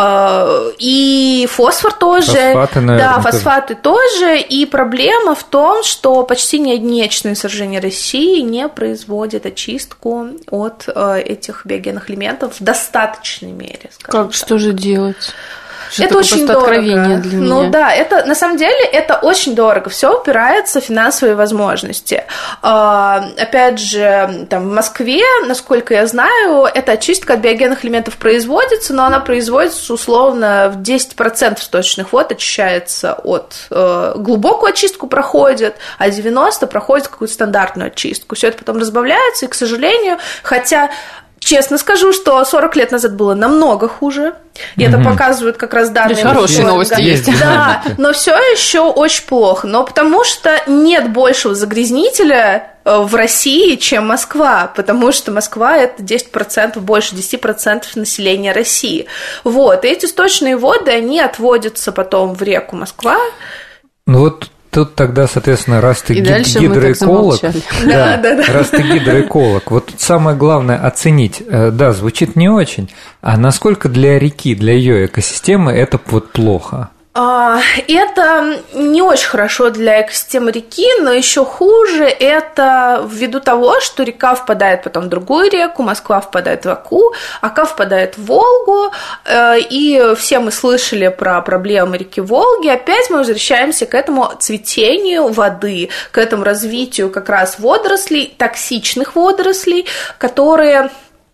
и фосфор тоже. Фосфаты, наверное, да, фосфаты тоже. тоже. И проблема в том, что почти ни одни очистные сооружения России не производят очистку от этих биогенных элементов в достаточной мере. Как, так. Что же делать? Что это очень дорого. Откровение для меня. Ну да, это на самом деле это очень дорого. Все упирается в финансовые возможности. А, опять же, там в Москве, насколько я знаю, эта очистка от биогенных элементов производится, но она производится условно в десять процентов сточных вод очищается от э, глубокую очистку проходит, а девяносто процентов проходит какую-то стандартную очистку. Все это потом разбавляется, и, к сожалению, хотя честно скажу, что сорок лет назад было намного хуже. И mm-hmm. это показывают как раз данные. Хорошие новости есть. Да, но все еще очень плохо. Но потому что нет большего загрязнителя в России, чем Москва, потому что Москва – это десять процентов, больше десять процентов населения России. Вот, и эти сточные воды, они отводятся потом в реку Москва. Ну вот тут тогда, соответственно, раз ты гид- гидроэколог, да, да, да. раз ты гидроэколог, вот тут самое главное оценить, да, звучит не очень, а насколько для реки, для ее экосистемы это вот плохо? Это не очень хорошо для экосистемы реки, но еще хуже это ввиду того, что река впадает потом в другую реку, Москва впадает в Оку, Ока впадает в Волгу, и все мы слышали про проблемы реки Волги. Опять мы возвращаемся к этому цветению воды, к этому развитию как раз водорослей, токсичных водорослей, которые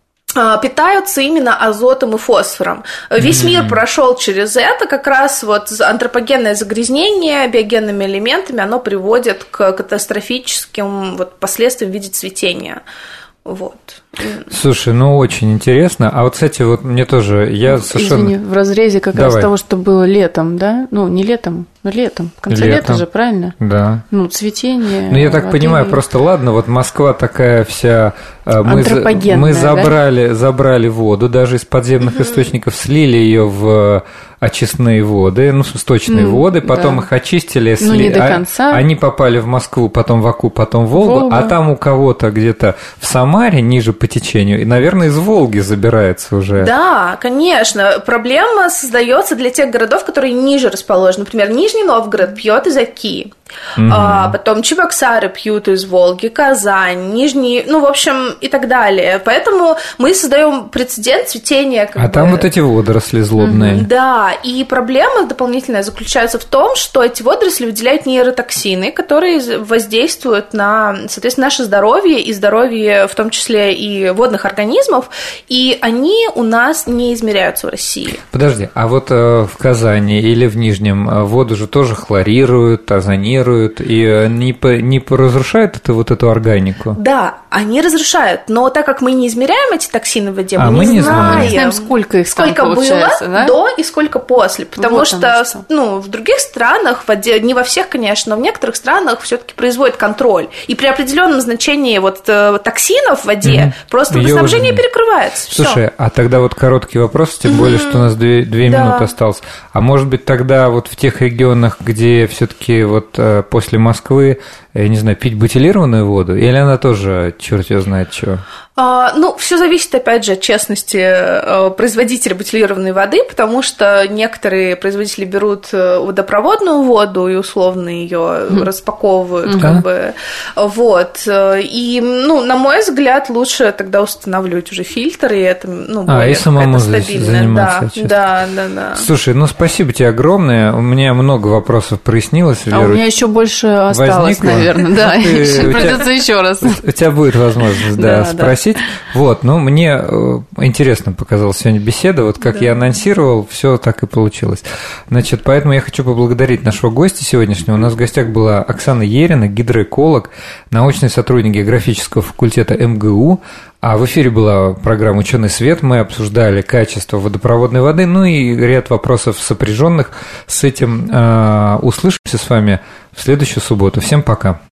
питаются именно азотом и фосфором. Весь mm-hmm. мир прошел через это, как раз вот антропогенное загрязнение биогенными элементами, оно приводит к катастрофическим вот последствиям в виде цветения. Вот. Слушай, ну очень интересно. А вот, кстати, вот мне тоже, я совершенно... Извини, в разрезе как Давай. раз того, что было летом, да? Ну, не летом, но летом. В конце летом. лета же, правильно? Да. Ну, цветение... Ну, я так воды... понимаю, просто ладно, вот Москва такая вся... Мы, мы забрали, да? забрали воду даже из подземных mm-hmm. источников, слили ее в очистные воды, ну, сточные mm, воды, потом да. их очистили, сли... ну, не до конца. А, они попали в Москву, потом в Оку, потом в Волгу, Волга. А там у кого-то где-то в Самаре, ниже по течению, и, наверное, из Волги забирается уже. Да, конечно. Проблема создается для тех городов, которые ниже расположены. Например, Нижний Новгород пьет из Оки. Mm-hmm. А потом Чебоксары пьют из Волги, Казань, Нижний, ну, в общем, и так далее. Поэтому мы создаем прецедент цветения. Как а бы... там вот эти водоросли злобные. Mm-hmm. Да, и проблема дополнительная заключается в том, что эти водоросли выделяют нейротоксины, которые воздействуют на, соответственно, наше здоровье и здоровье, в том числе и водных организмов, и они у нас не измеряются в России. Подожди, а вот э, в Казани или в Нижнем воду же тоже хлорируют, озонируют, и не, по, не разрушает это вот эту органику? Да, они разрушают, но так как мы не измеряем эти токсины в воде, а мы, мы не знаем, мы не знаем, сколько их сколько было да? до и сколько после, потому вот что, что ну, в других странах, в воде, не во всех, конечно, но в некоторых странах все-таки производят контроль, и при определенном значении вот токсинов в воде mm-hmm. просто водоснабжение уже... перекрывается. Слушай, всё. А тогда вот короткий вопрос, тем mm-hmm. более, что у нас две, две да. минуты осталось. А может быть тогда вот в тех регионах, где все-таки вот после Москвы, я не знаю, пить бутилированную воду, или она тоже черт ее знает чего? А, ну, все зависит, опять же, от честности производителя бутилированной воды, потому что некоторые производители берут водопроводную воду и условно ее mm. распаковывают, mm-hmm. как бы, вот. И, ну, на мой взгляд, лучше тогда устанавливать уже фильтры, и это, ну, а, более и самому заниматься. Да, да, да, да. Слушай, ну, спасибо тебе огромное. У меня много вопросов прояснилось, Вера. А у меня еще больше осталось, возникло? Наверное, да. Придется еще раз. У тебя будет возможность, да, спросить. Вот, ну, мне интересно показалась сегодня беседа, вот как да. я анонсировал, все так и получилось. Значит, поэтому я хочу поблагодарить нашего гостя сегодняшнего. У нас в гостях была Оксана Ерина, гидроэколог, научный сотрудник географического факультета эм гэ у. А в эфире была программа «Ученый свет». Мы обсуждали качество водопроводной воды, ну и ряд вопросов, сопряженных с этим. Услышимся с вами в следующую субботу. Всем пока.